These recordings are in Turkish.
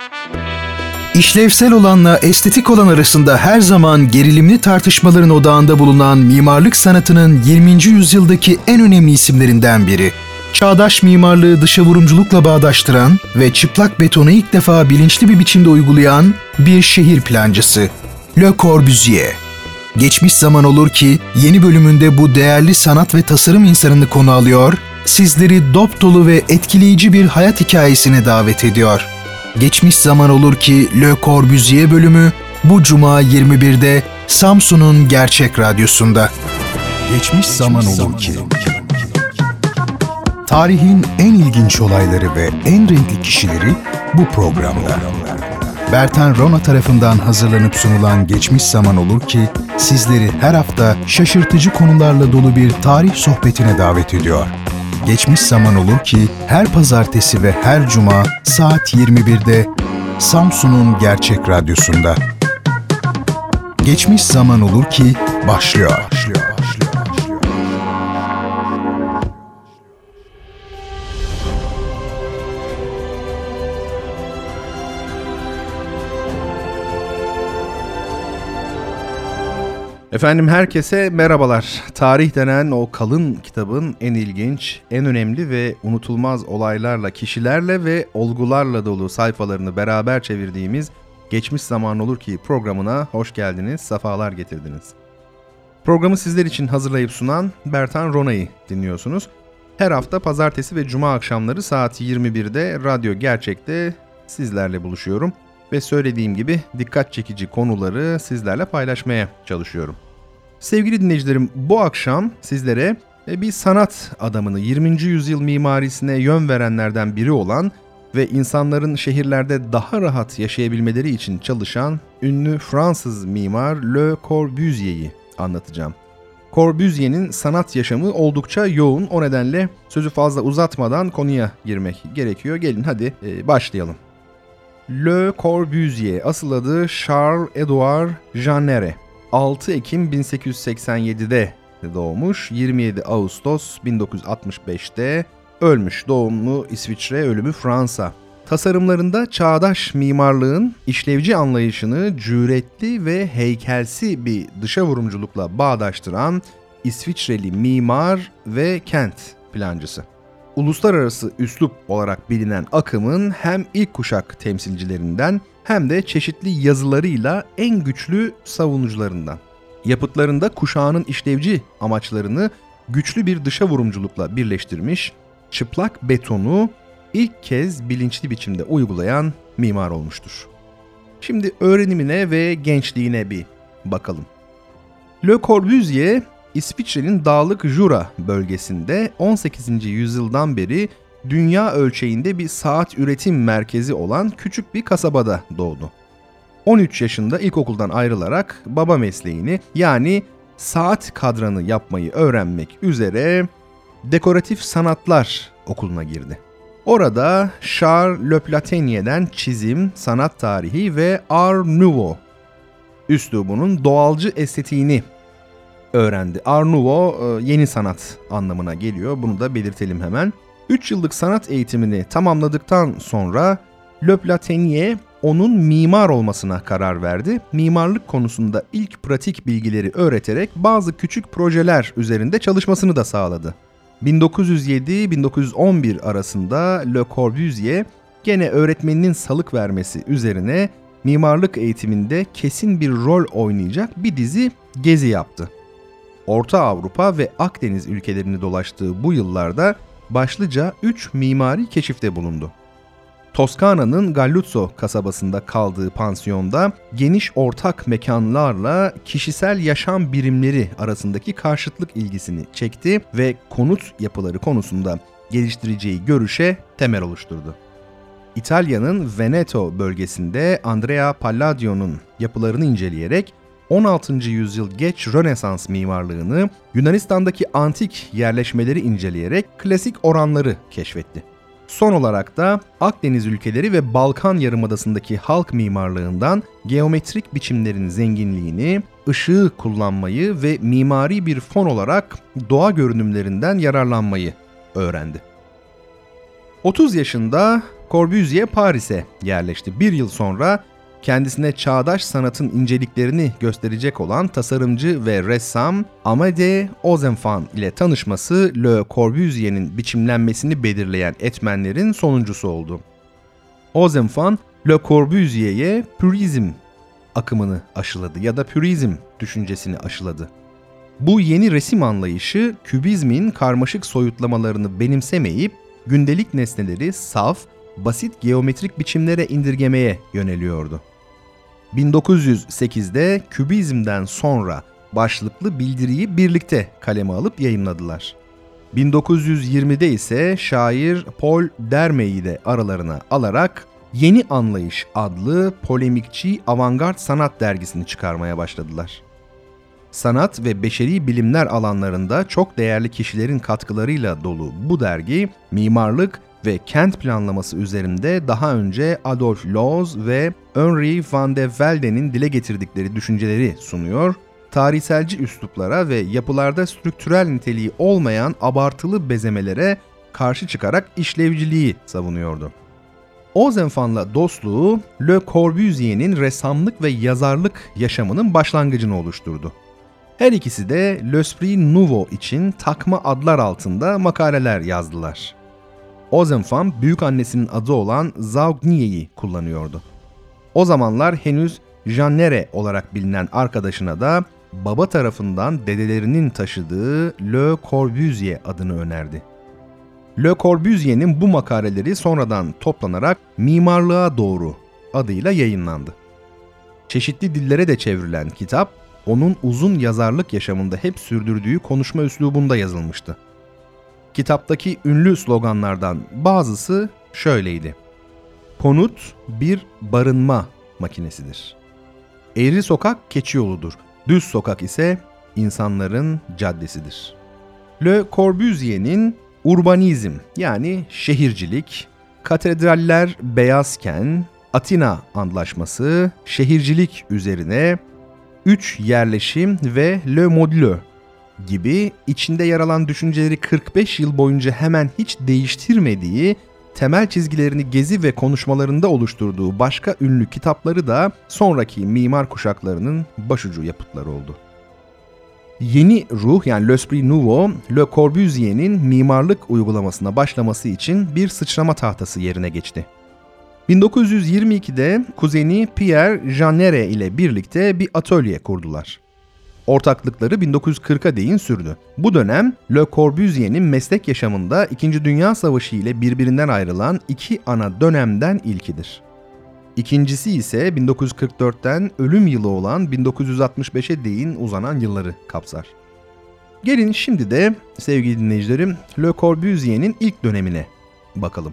İşlevsel olanla estetik olan arasında her zaman gerilimli tartışmaların odağında bulunan mimarlık sanatının 20. yüzyıldaki en önemli isimlerinden biri. Çağdaş mimarlığı dışa vurumculukla bağdaştıran ve çıplak betonu ilk defa bilinçli bir biçimde uygulayan bir şehir plancısı, Le Corbusier. Geçmiş zaman olur ki yeni bölümünde bu değerli sanat ve tasarım insanını konu alıyor, sizleri dop dolu ve etkileyici bir hayat hikayesine davet ediyor. Geçmiş zaman olur ki Le Corbusier bölümü bu Cuma 21'de Samsun'un Gerçek Radyosu'nda. Geçmiş zaman olur ki. Tarihin en ilginç olayları ve en renkli kişileri bu programda. Bertan Rona tarafından hazırlanıp sunulan Geçmiş Zaman Olur ki, sizleri her hafta şaşırtıcı konularla dolu bir tarih sohbetine davet ediyor. Geçmiş Zaman Olur ki, her pazartesi ve her cuma saat 21'de Samsun'un Gerçek Radyosu'nda. Geçmiş Zaman Olur ki başlıyor. Efendim herkese merhabalar. Tarih denen o kalın kitabın en ilginç, en önemli ve unutulmaz olaylarla, kişilerle ve olgularla dolu sayfalarını beraber çevirdiğimiz Geçmiş Zaman Olur ki programına hoş geldiniz, sefalar getirdiniz. Programı sizler için hazırlayıp sunan Bertan Rona'yı dinliyorsunuz. Her hafta pazartesi ve cuma akşamları saat 21'de Radyo Gerçek'te sizlerle buluşuyorum. Ve söylediğim gibi dikkat çekici konuları sizlerle paylaşmaya çalışıyorum. Sevgili dinleyicilerim, bu akşam sizlere bir sanat adamını, 20. yüzyıl mimarisine yön verenlerden biri olan ve insanların şehirlerde daha rahat yaşayabilmeleri için çalışan ünlü Fransız mimar Le Corbusier'i anlatacağım. Corbusier'in sanat yaşamı oldukça yoğun, o nedenle sözü fazla uzatmadan konuya girmek gerekiyor. Gelin hadi başlayalım. Le Corbusier, asıl adı Charles-Édouard Jeanneret. 6 Ekim 1887'de doğmuş, 27 Ağustos 1965'te ölmüş. Doğumlu İsviçre, ölümü Fransa. Tasarımlarında çağdaş mimarlığın işlevci anlayışını cüretli ve heykelsi bir dışa vurumculukla bağdaştıran İsviçreli mimar ve kent plancısı. Uluslararası üslup olarak bilinen akımın hem ilk kuşak temsilcilerinden hem de çeşitli yazılarıyla en güçlü savunucularından. Yapıtlarında kuşağının işlevci amaçlarını güçlü bir dışa vurumculukla birleştirmiş, çıplak betonu ilk kez bilinçli biçimde uygulayan mimar olmuştur. Şimdi öğrenimine ve gençliğine bir bakalım. Le Corbusier, İsviçre'nin dağlık Jura bölgesinde 18. yüzyıldan beri dünya ölçeğinde bir saat üretim merkezi olan küçük bir kasabada doğdu. 13 yaşında ilkokuldan ayrılarak baba mesleğini, yani saat kadranı yapmayı öğrenmek üzere Dekoratif Sanatlar Okulu'na girdi. Orada Charles Le Platenier'den çizim, sanat tarihi ve Art Nouveau üslubunun doğalcı estetiğini öğrendi. Art Nouveau yeni sanat anlamına geliyor. Bunu da belirtelim hemen. 3 yıllık sanat eğitimini tamamladıktan sonra Le Platenier onun mimar olmasına karar verdi. Mimarlık konusunda ilk pratik bilgileri öğreterek bazı küçük projeler üzerinde çalışmasını da sağladı. 1907-1911 arasında Le Corbusier gene öğretmeninin salık vermesi üzerine mimarlık eğitiminde kesin bir rol oynayacak bir dizi gezi yaptı. Orta Avrupa ve Akdeniz ülkelerini dolaştığı bu yıllarda başlıca 3 mimari keşifte bulundu. Toskana'nın Galluzzo kasabasında kaldığı pansiyonda geniş ortak mekanlarla kişisel yaşam birimleri arasındaki karşıtlık ilgisini çekti ve konut yapıları konusunda geliştireceği görüşe temel oluşturdu. İtalya'nın Veneto bölgesinde Andrea Palladio'nun yapılarını inceleyerek 16. yüzyıl geç Rönesans mimarlığını, Yunanistan'daki antik yerleşmeleri inceleyerek klasik oranları keşfetti. Son olarak da Akdeniz ülkeleri ve Balkan Yarımadası'ndaki halk mimarlığından geometrik biçimlerin zenginliğini, ışığı kullanmayı ve mimari bir fon olarak doğa görünümlerinden yararlanmayı öğrendi. 30 yaşında Corbusier Paris'e yerleşti. Bir yıl sonra kendisine çağdaş sanatın inceliklerini gösterecek olan tasarımcı ve ressam Amédée Ozenfant ile tanışması Le Corbusier'in biçimlenmesini belirleyen etmenlerin sonuncusu oldu. Ozenfant, Le Corbusier'e Purizm akımını aşıladı ya da Purizm düşüncesini aşıladı. Bu yeni resim anlayışı kübizmin karmaşık soyutlamalarını benimsemeyip gündelik nesneleri saf, basit geometrik biçimlere indirgemeye yöneliyordu. 1908'de Kübizm'den sonra başlıklı bildiriyi birlikte kaleme alıp yayımladılar. 1920'de ise şair Paul Derme'yi de aralarına alarak Yeni Anlayış adlı polemikçi avantgard sanat dergisini çıkarmaya başladılar. Sanat ve beşeri bilimler alanlarında çok değerli kişilerin katkılarıyla dolu bu dergi, mimarlık ve kent planlaması üzerinde daha önce Adolf Loos ve Henri van de Velde'nin dile getirdikleri düşünceleri sunuyor, tarihselci üsluplara ve yapılarda strüktürel niteliği olmayan abartılı bezemelere karşı çıkarak işlevciliği savunuyordu. Ozenfant'la dostluğu, Le Corbusier'in ressamlık ve yazarlık yaşamının başlangıcını oluşturdu. Her ikisi de L'Esprit Nouveau için takma adlar altında makaleler yazdılar. Ozenfant, büyükannesinin adı olan Zaugnie'yi kullanıyordu. O zamanlar henüz Jeanneret olarak bilinen arkadaşına da baba tarafından dedelerinin taşıdığı Le Corbusier adını önerdi. Le Corbusier'in bu makaleleri sonradan toplanarak Mimarlığa Doğru adıyla yayınlandı. Çeşitli dillere de çevrilen kitap, onun uzun yazarlık yaşamında hep sürdürdüğü konuşma üslubunda yazılmıştı. Kitaptaki ünlü sloganlardan bazısı şöyleydi: Konut bir barınma makinesidir. Eğri sokak keçi yoludur, düz sokak ise insanların caddesidir. Le Corbusier'in urbanizm yani şehircilik, katedraller beyazken, Atina Antlaşması, şehircilik üzerine 3 yerleşim ve Le Module gibi içinde yer alan düşünceleri 45 yıl boyunca hemen hiç değiştirmediği, temel çizgilerini gezi ve konuşmalarında oluşturduğu başka ünlü kitapları da sonraki mimar kuşaklarının başucu yapıtları oldu. Yeni ruh yani L'Esprit Nouveau, Le Corbusier'in mimarlık uygulamasına başlaması için bir sıçrama tahtası yerine geçti. 1922'de kuzeni Pierre Jeanneret ile birlikte bir atölye kurdular. Ortaklıkları 1940'a değin sürdü. Bu dönem Le Corbusier'in meslek yaşamında 2. Dünya Savaşı ile birbirinden ayrılan iki ana dönemden ilkidir. İkincisi ise 1944'ten ölüm yılı olan 1965'e değin uzanan yılları kapsar. Gelin şimdi de sevgili dinleyicilerim Le Corbusier'in ilk dönemine bakalım.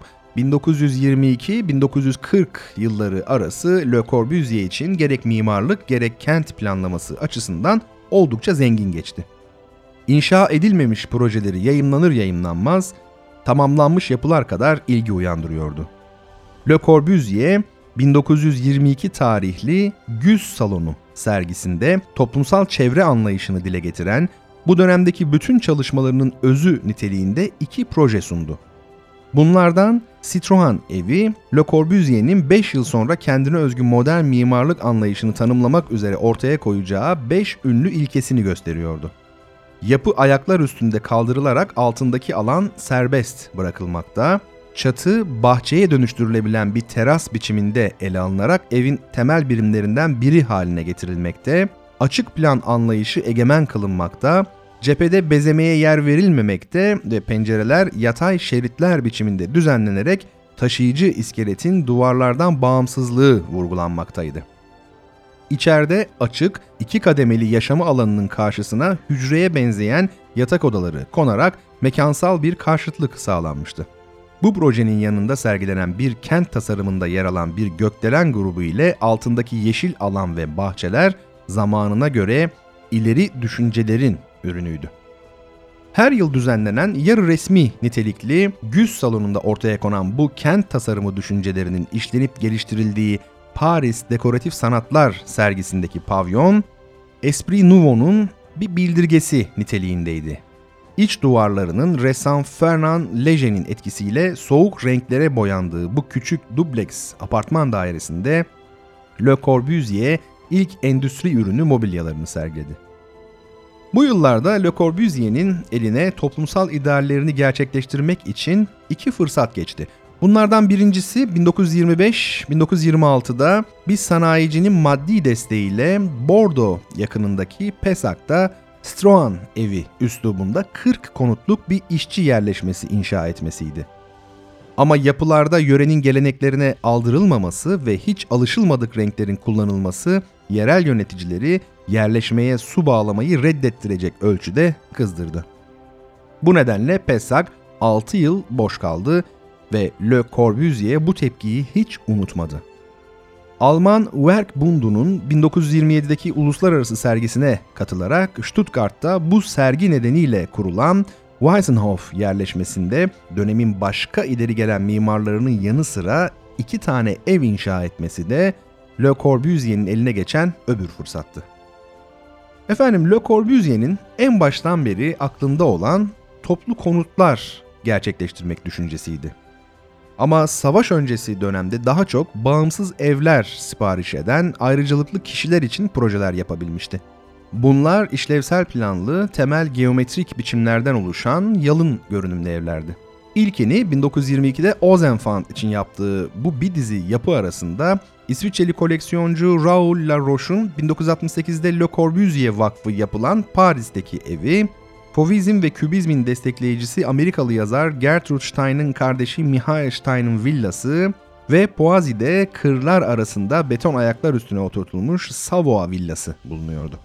1922-1940 yılları arası Le Corbusier için gerek mimarlık gerek kent planlaması açısından oldukça zengin geçti. İnşa edilmemiş projeleri yayımlanır yayımlanmaz tamamlanmış yapılar kadar ilgi uyandırıyordu. Le Corbusier 1922 tarihli Güz Salonu sergisinde toplumsal çevre anlayışını dile getiren, bu dönemdeki bütün çalışmalarının özü niteliğinde 2 proje sundu. Bunlardan Citroën evi, Le Corbusier'in 5 yıl sonra kendine özgü modern mimarlık anlayışını tanımlamak üzere ortaya koyacağı 5 ünlü ilkesini gösteriyordu. Yapı ayaklar üstünde kaldırılarak altındaki alan serbest bırakılmakta, çatı bahçeye dönüştürülebilen bir teras biçiminde ele alınarak evin temel birimlerinden biri haline getirilmekte, açık plan anlayışı egemen kılınmakta, cephede bezemeye yer verilmemekte ve pencereler yatay şeritler biçiminde düzenlenerek taşıyıcı iskeletin duvarlardan bağımsızlığı vurgulanmaktaydı. İçeride açık, 2 kademeli yaşama alanının karşısına hücreye benzeyen yatak odaları konarak mekansal bir karşıtlık sağlanmıştı. Bu projenin yanında sergilenen bir kent tasarımında yer alan bir gökdelen grubu ile altındaki yeşil alan ve bahçeler zamanına göre ileri düşüncelerin ürünüydü. Her yıl düzenlenen yarı resmi nitelikli Güz Salonu'nda ortaya konan bu kent tasarımı düşüncelerinin işlenip geliştirildiği Paris Dekoratif Sanatlar sergisindeki pavyon, Esprit Nouveau'nun bir bildirgesi niteliğindeydi. İç duvarlarının ressam Fernand Léger'in etkisiyle soğuk renklere boyandığı bu küçük dubleks apartman dairesinde Le Corbusier ilk endüstri ürünü mobilyalarını sergiledi. Bu yıllarda Le Corbusier'in eline toplumsal ideallerini gerçekleştirmek için iki fırsat geçti. Bunlardan birincisi 1925-1926'da bir sanayicinin maddi desteğiyle Bordeaux yakınındaki Pessac'ta Strohan evi üslubunda 40 konutluk bir işçi yerleşmesi inşa etmesiydi. Ama yapılarda yörenin geleneklerine aldırılmaması ve hiç alışılmadık renklerin kullanılması yerel yöneticileri yerleşmeye su bağlamayı reddettirecek ölçüde kızdırdı. Bu nedenle Pessac 6 yıl boş kaldı ve Le Corbusier bu tepkiyi hiç unutmadı. Alman Werkbund'un 1927'deki uluslararası sergisine katılarak Stuttgart'ta bu sergi nedeniyle kurulan Weissenhof yerleşmesinde dönemin başka ileri gelen mimarlarının yanı sıra 2 tane ev inşa etmesi de Le Corbusier'in eline geçen öbür fırsattı. Efendim, Le Corbusier'in en baştan beri aklında olan toplu konutlar gerçekleştirmek düşüncesiydi. Ama savaş öncesi dönemde daha çok bağımsız evler sipariş eden ayrıcalıklı kişiler için projeler yapabilmişti. Bunlar işlevsel planlı, temel geometrik biçimlerden oluşan yalın görünümlü evlerdi. İlkini 1922'de Ozenfant için yaptığı bu bir dizi yapı arasında İsviçreli koleksiyoncu Raoul Laroche'un 1968'de Le Corbusier Vakfı yapılan Paris'teki evi, Fauvizm ve Kübizmin destekleyicisi Amerikalı yazar Gertrude Stein'ın kardeşi Michael Stein'ın villası ve Poissy kırlar arasında beton ayaklar üstüne oturtulmuş Savoie villası bulunuyordu.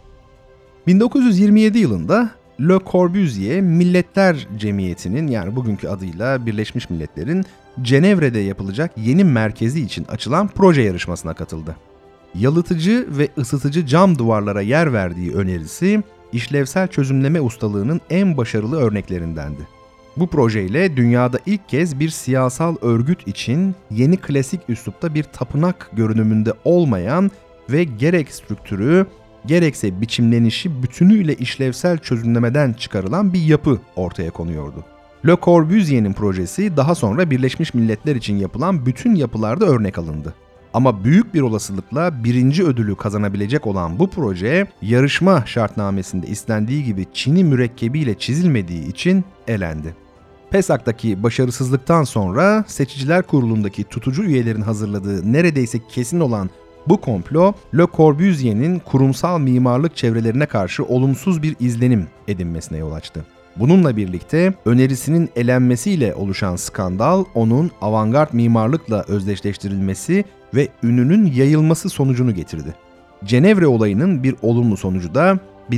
1927 yılında Le Corbusier Milletler Cemiyeti'nin, yani bugünkü adıyla Birleşmiş Milletler'in Cenevre'de yapılacak yeni merkezi için açılan proje yarışmasına katıldı. Yalıtıcı ve ısıtıcı cam duvarlara yer verdiği önerisi, işlevsel çözümleme ustalığının en başarılı örneklerindendi. Bu projeyle dünyada ilk kez bir siyasal örgüt için yeni klasik üslupta bir tapınak görünümünde olmayan ve gerek strüktürü gerekse biçimlenişi bütünüyle işlevsel çözümlemeden çıkarılan bir yapı ortaya konuyordu. Le Corbusier'in projesi daha sonra Birleşmiş Milletler için yapılan bütün yapılarda örnek alındı. Ama büyük bir olasılıkla birinci ödülü kazanabilecek olan bu proje, yarışma şartnamesinde istendiği gibi çini mürekkebiyle çizilmediği için elendi. Pessac'taki başarısızlıktan sonra seçiciler kurulundaki tutucu üyelerin hazırladığı neredeyse kesin olan bu komplo, Le Corbusier'in kurumsal mimarlık çevrelerine karşı olumsuz bir izlenim edinmesine yol açtı. Bununla birlikte önerisinin elenmesiyle oluşan skandal, onun avantgard mimarlıkla özdeşleştirilmesi ve ününün yayılması sonucunu getirdi. Cenevre olayının bir olumlu sonucu da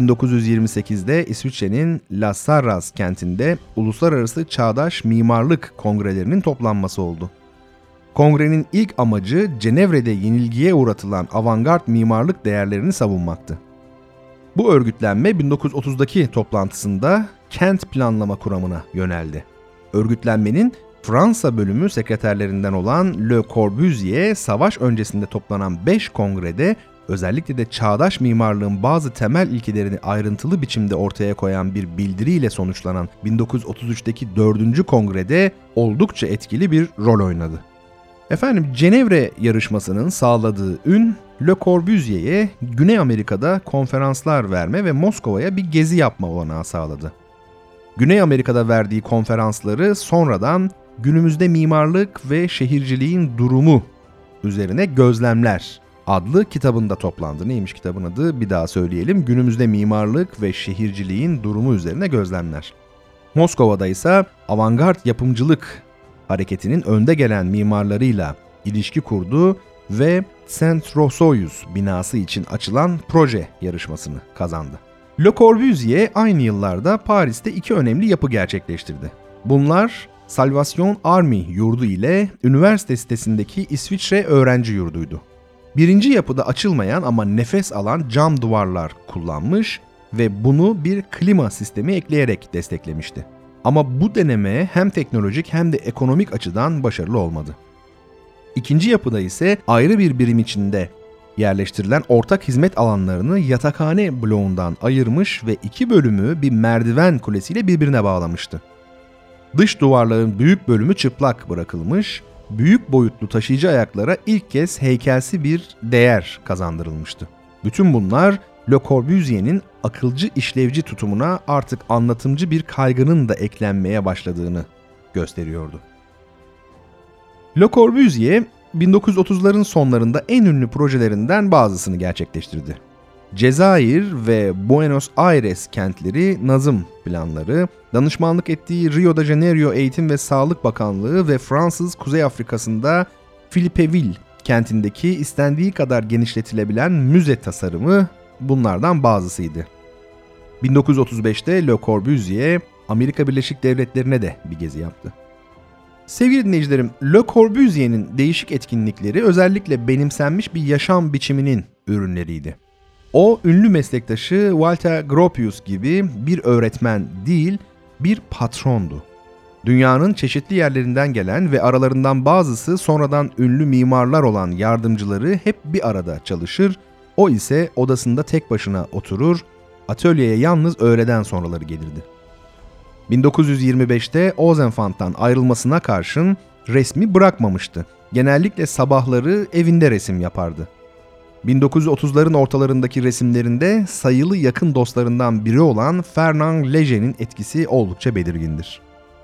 1928'de İsviçre'nin La Sarraz kentinde Uluslararası Çağdaş Mimarlık Kongrelerinin toplanması oldu. Kongrenin ilk amacı Cenevre'de yenilgiye uğratılan avantgard mimarlık değerlerini savunmaktı. Bu örgütlenme 1930'daki toplantısında kent planlama kuramına yöneldi. Örgütlenmenin Fransa bölümü sekreterlerinden olan Le Corbusier, savaş öncesinde toplanan 5 kongrede özellikle de çağdaş mimarlığın bazı temel ilkelerini ayrıntılı biçimde ortaya koyan bir bildiriyle sonuçlanan 1933'teki 4. kongrede oldukça etkili bir rol oynadı. Efendim, Cenevre yarışmasının sağladığı ün, Le Corbusier'e Güney Amerika'da konferanslar verme ve Moskova'ya bir gezi yapma olanağı sağladı. Güney Amerika'da verdiği konferansları sonradan Günümüzde Mimarlık ve Şehirciliğin Durumu üzerine Gözlemler adlı kitabında toplandı. Neymiş kitabın adı? Bir daha söyleyelim. Günümüzde Mimarlık ve Şehirciliğin Durumu üzerine Gözlemler. Moskova'da ise avantgard yapımcılık hareketinin önde gelen mimarlarıyla ilişki kurdu ve Saint Rousseau'yuz binası için açılan proje yarışmasını kazandı. Le Corbusier aynı yıllarda Paris'te 2 önemli yapı gerçekleştirdi. Bunlar Salvation Army yurdu ile üniversite sitesindeki İsviçre öğrenci yurduydu. Birinci yapıda açılmayan ama nefes alan cam duvarlar kullanmış ve bunu bir klima sistemi ekleyerek desteklemişti. Ama bu deneme hem teknolojik hem de ekonomik açıdan başarılı olmadı. İkinci yapıda ise ayrı bir birim içinde yerleştirilen ortak hizmet alanlarını yatakhane bloğundan ayırmış ve 2 bölümü bir merdiven kulesiyle birbirine bağlamıştı. Dış duvarların büyük bölümü çıplak bırakılmış, büyük boyutlu taşıyıcı ayaklara ilk kez heykelsi bir değer kazandırılmıştı. Bütün bunlar Le Corbusier'in akılcı işlevci tutumuna artık anlatımcı bir kaygının da eklenmeye başladığını gösteriyordu. Le Corbusier, 1930'ların sonlarında en ünlü projelerinden bazısını gerçekleştirdi. Cezayir ve Buenos Aires kentleri nazım planları, danışmanlık ettiği Rio de Janeiro Eğitim ve Sağlık Bakanlığı ve Fransız Kuzey Afrika'sında Philippeville kentindeki istendiği kadar genişletilebilen müze tasarımı bunlardan bazısıydı. 1935'te Le Corbusier, Amerika Birleşik Devletleri'ne de bir gezi yaptı. Sevgili dinleyicilerim, Le Corbusier'in değişik etkinlikleri özellikle benimsenmiş bir yaşam biçiminin ürünleriydi. O, ünlü meslektaşı Walter Gropius gibi bir öğretmen değil, bir patrondu. Dünyanın çeşitli yerlerinden gelen ve aralarından bazısı sonradan ünlü mimarlar olan yardımcıları hep bir arada çalışır, o ise odasında tek başına oturur, atölyeye yalnız öğleden sonraları gelirdi. 1925'te Ozenfant'tan ayrılmasına karşın resmi bırakmamıştı. Genellikle sabahları evinde resim yapardı. 1930'ların ortalarındaki resimlerinde sayılı yakın dostlarından biri olan Fernand Léger'in etkisi oldukça belirgindir.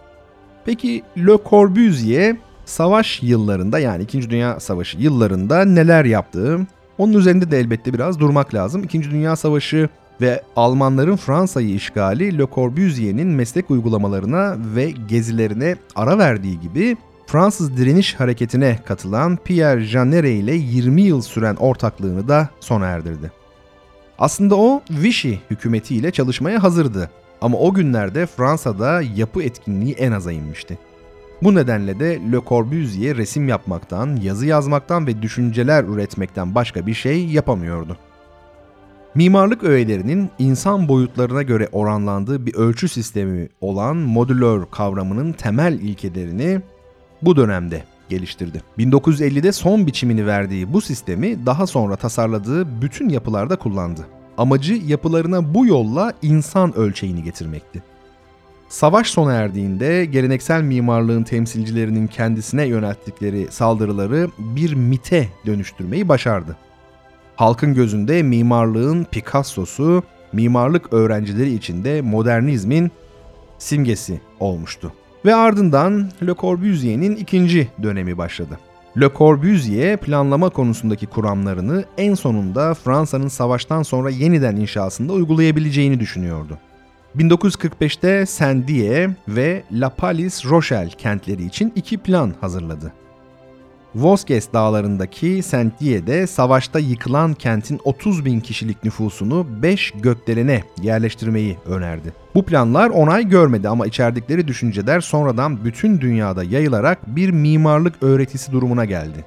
Peki Le Corbusier savaş yıllarında, yani 2. Dünya Savaşı yıllarında neler yaptı? Onun üzerinde de elbette biraz durmak lazım. 2. Dünya Savaşı ve Almanların Fransa'yı işgali Le Corbusier'in meslek uygulamalarına ve gezilerine ara verdiği gibi Fransız direniş hareketine katılan Pierre Jeanneret ile 20 yıl süren ortaklığını da sona erdirdi. Aslında o Vichy hükümetiyle çalışmaya hazırdı ama o günlerde Fransa'da yapı etkinliği en aza inmişti. Bu nedenle de Le Corbusier resim yapmaktan, yazı yazmaktan ve düşünceler üretmekten başka bir şey yapamıyordu. Mimarlık öğelerinin insan boyutlarına göre oranlandığı bir ölçü sistemi olan modülör kavramının temel ilkelerini bu dönemde geliştirdi. 1950'de son biçimini verdiği bu sistemi daha sonra tasarladığı bütün yapılarda kullandı. Amacı yapılarına bu yolla insan ölçeğini getirmekti. Savaş sona erdiğinde geleneksel mimarlığın temsilcilerinin kendisine yönelttikleri saldırıları bir mite dönüştürmeyi başardı. Halkın gözünde mimarlığın Picasso'su, mimarlık öğrencileri içinde modernizmin simgesi olmuştu. Ve ardından Le Corbusier'in ikinci dönemi başladı. Le Corbusier planlama konusundaki kuramlarını en sonunda Fransa'nın savaştan sonra yeniden inşasında uygulayabileceğini düşünüyordu. 1945'te Saint-Dié ve La Palisse-Rochelle kentleri için 2 plan hazırladı. Vosges dağlarındaki Saint-Dié'de savaşta yıkılan kentin 30.000 kişilik nüfusunu 5 gökdelene yerleştirmeyi önerdi. Bu planlar onay görmedi ama içerdikleri düşünceler sonradan bütün dünyada yayılarak bir mimarlık öğretisi durumuna geldi.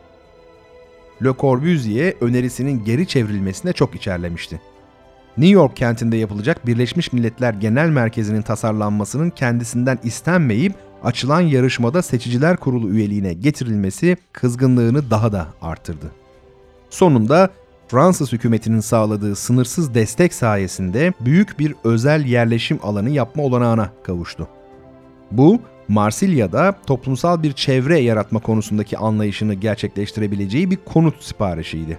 Le Corbusier önerisinin geri çevrilmesine çok içerlemişti. New York kentinde yapılacak Birleşmiş Milletler Genel Merkezi'nin tasarlanmasının kendisinden istenmeyip açılan yarışmada Seçiciler Kurulu üyeliğine getirilmesi kızgınlığını daha da arttırdı. Sonunda Fransız hükümetinin sağladığı sınırsız destek sayesinde büyük bir özel yerleşim alanı yapma olanağına kavuştu. Bu, Marsilya'da toplumsal bir çevre yaratma konusundaki anlayışını gerçekleştirebileceği bir konut siparişiydi.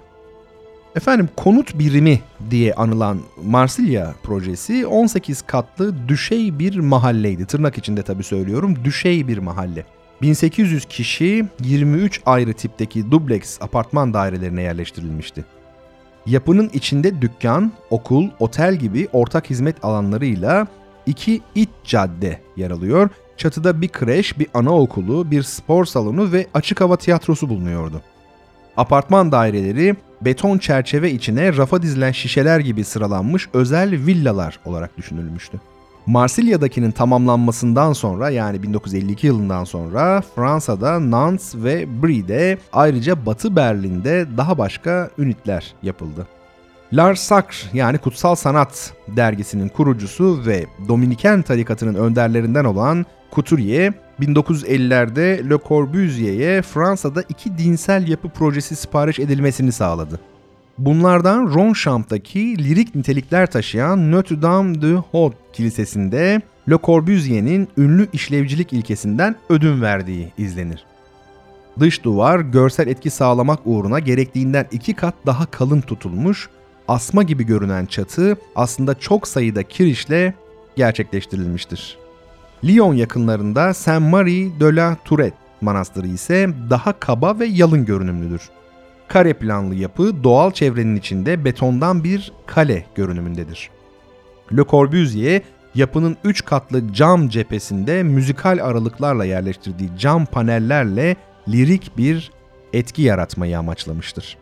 Konut birimi diye anılan Marsilya projesi 18 katlı düşey bir mahalleydi. Tırnak içinde tabii söylüyorum, düşey bir mahalle. 1800 kişi 23 ayrı tipteki dubleks apartman dairelerine yerleştirilmişti. Yapının içinde dükkan, okul, otel gibi ortak hizmet alanlarıyla 2 iç cadde yer alıyor. Çatıda bir kreş, bir anaokulu, bir spor salonu ve açık hava tiyatrosu bulunuyordu. Apartman daireleri beton çerçeve içine rafa dizilen şişeler gibi sıralanmış özel villalar olarak düşünülmüştü. Marsilya'dakinin tamamlanmasından sonra, yani 1952 yılından sonra Fransa'da Nantes ve Brie'de, ayrıca Batı Berlin'de daha başka ünitler yapıldı. L'Art Sacré, yani Kutsal Sanat dergisinin kurucusu ve Dominiken tarikatının önderlerinden olan Couturier, 1950'lerde Le Corbusier'e Fransa'da 2 dinsel yapı projesi sipariş edilmesini sağladı. Bunlardan Ronchamp'taki lirik nitelikler taşıyan Notre Dame de Haut Kilisesi'nde Le Corbusier'in ünlü işlevcilik ilkesinden ödün verdiği izlenir. Dış duvar görsel etki sağlamak uğruna gerektiğinden 2 kat daha kalın tutulmuş, asma gibi görünen çatı aslında çok sayıda kirişle gerçekleştirilmiştir. Lyon yakınlarında Saint-Marie de la Tourette Manastırı ise daha kaba ve yalın görünümlüdür. Kare planlı yapı doğal çevrenin içinde betondan bir kale görünümündedir. Le Corbusier, yapının 3 katlı cam cephesinde müzikal aralıklarla yerleştirdiği cam panellerle lirik bir etki yaratmayı amaçlamıştır.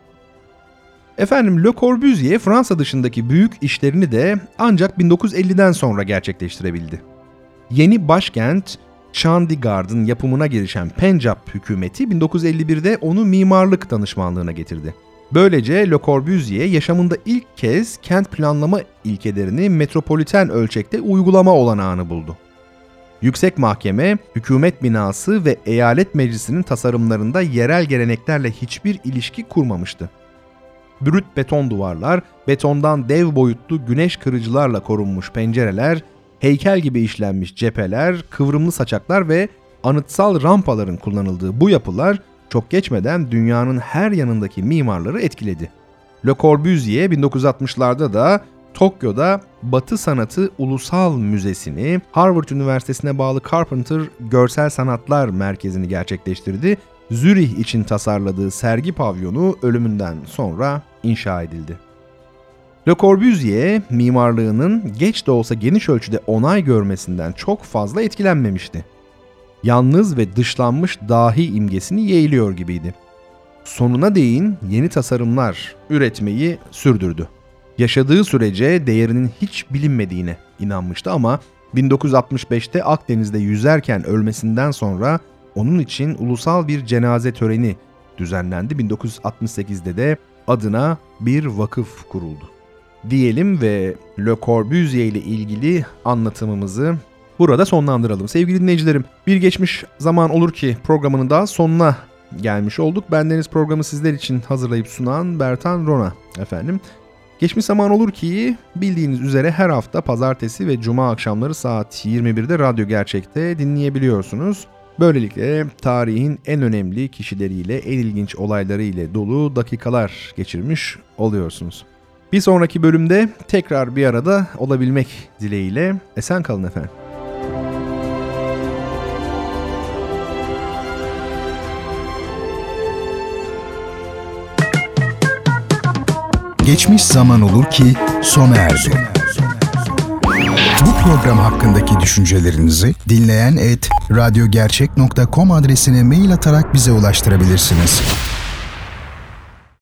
Le Corbusier, Fransa dışındaki büyük işlerini de ancak 1950'den sonra gerçekleştirebildi. Yeni başkent Chandigarh'ın yapımına girişen Pencap hükümeti 1951'de onu mimarlık danışmanlığına getirdi. Böylece Le Corbusier yaşamında ilk kez kent planlama ilkelerini metropoliten ölçekte uygulama olanağını buldu. Yüksek Mahkeme, hükümet binası ve eyalet meclisinin tasarımlarında yerel geleneklerle hiçbir ilişki kurmamıştı. Brüt beton duvarlar, betondan dev boyutlu güneş kırıcılarla korunmuş pencereler, heykel gibi işlenmiş cepheler, kıvrımlı saçaklar ve anıtsal rampaların kullanıldığı bu yapılar çok geçmeden dünyanın her yanındaki mimarları etkiledi. Le Corbusier 1960'larda da Tokyo'da Batı Sanatı Ulusal Müzesi'ni, Harvard Üniversitesi'ne bağlı Carpenter Görsel Sanatlar Merkezi'ni gerçekleştirdi. Zürih için tasarladığı sergi pavyonu ölümünden sonra inşa edildi. Le Corbusier, mimarlığının geç de olsa geniş ölçüde onay görmesinden çok fazla etkilenmemişti. Yalnız ve dışlanmış dahi imgesini yeğliyor gibiydi. Sonuna değin yeni tasarımlar üretmeyi sürdürdü. Yaşadığı sürece değerinin hiç bilinmediğine inanmıştı ama 1965'te Akdeniz'de yüzerken ölmesinden sonra onun için ulusal bir cenaze töreni düzenlendi. 1968'de de adına bir vakıf kuruldu. Diyelim ve Le Corbusier ile ilgili anlatımımızı burada sonlandıralım. Sevgili dinleyicilerim, bir geçmiş zaman olur ki programının da sonuna gelmiş olduk. Bendeniz programı sizler için hazırlayıp sunan Bertan Rona efendim. Geçmiş zaman olur ki bildiğiniz üzere her hafta pazartesi ve cuma akşamları saat 21'de Radyo Gerçek'te dinleyebiliyorsunuz. Böylelikle tarihin en önemli kişileriyle, en ilginç olaylarıyla dolu dakikalar geçirmiş oluyorsunuz. Bir sonraki bölümde tekrar bir arada olabilmek dileğiyle esen kalın efendim. Geçmiş zaman olur ki sona erdi. Bu program hakkındaki düşüncelerinizi dinleyen@radyogercek.com adresine mail atarak bize ulaştırabilirsiniz.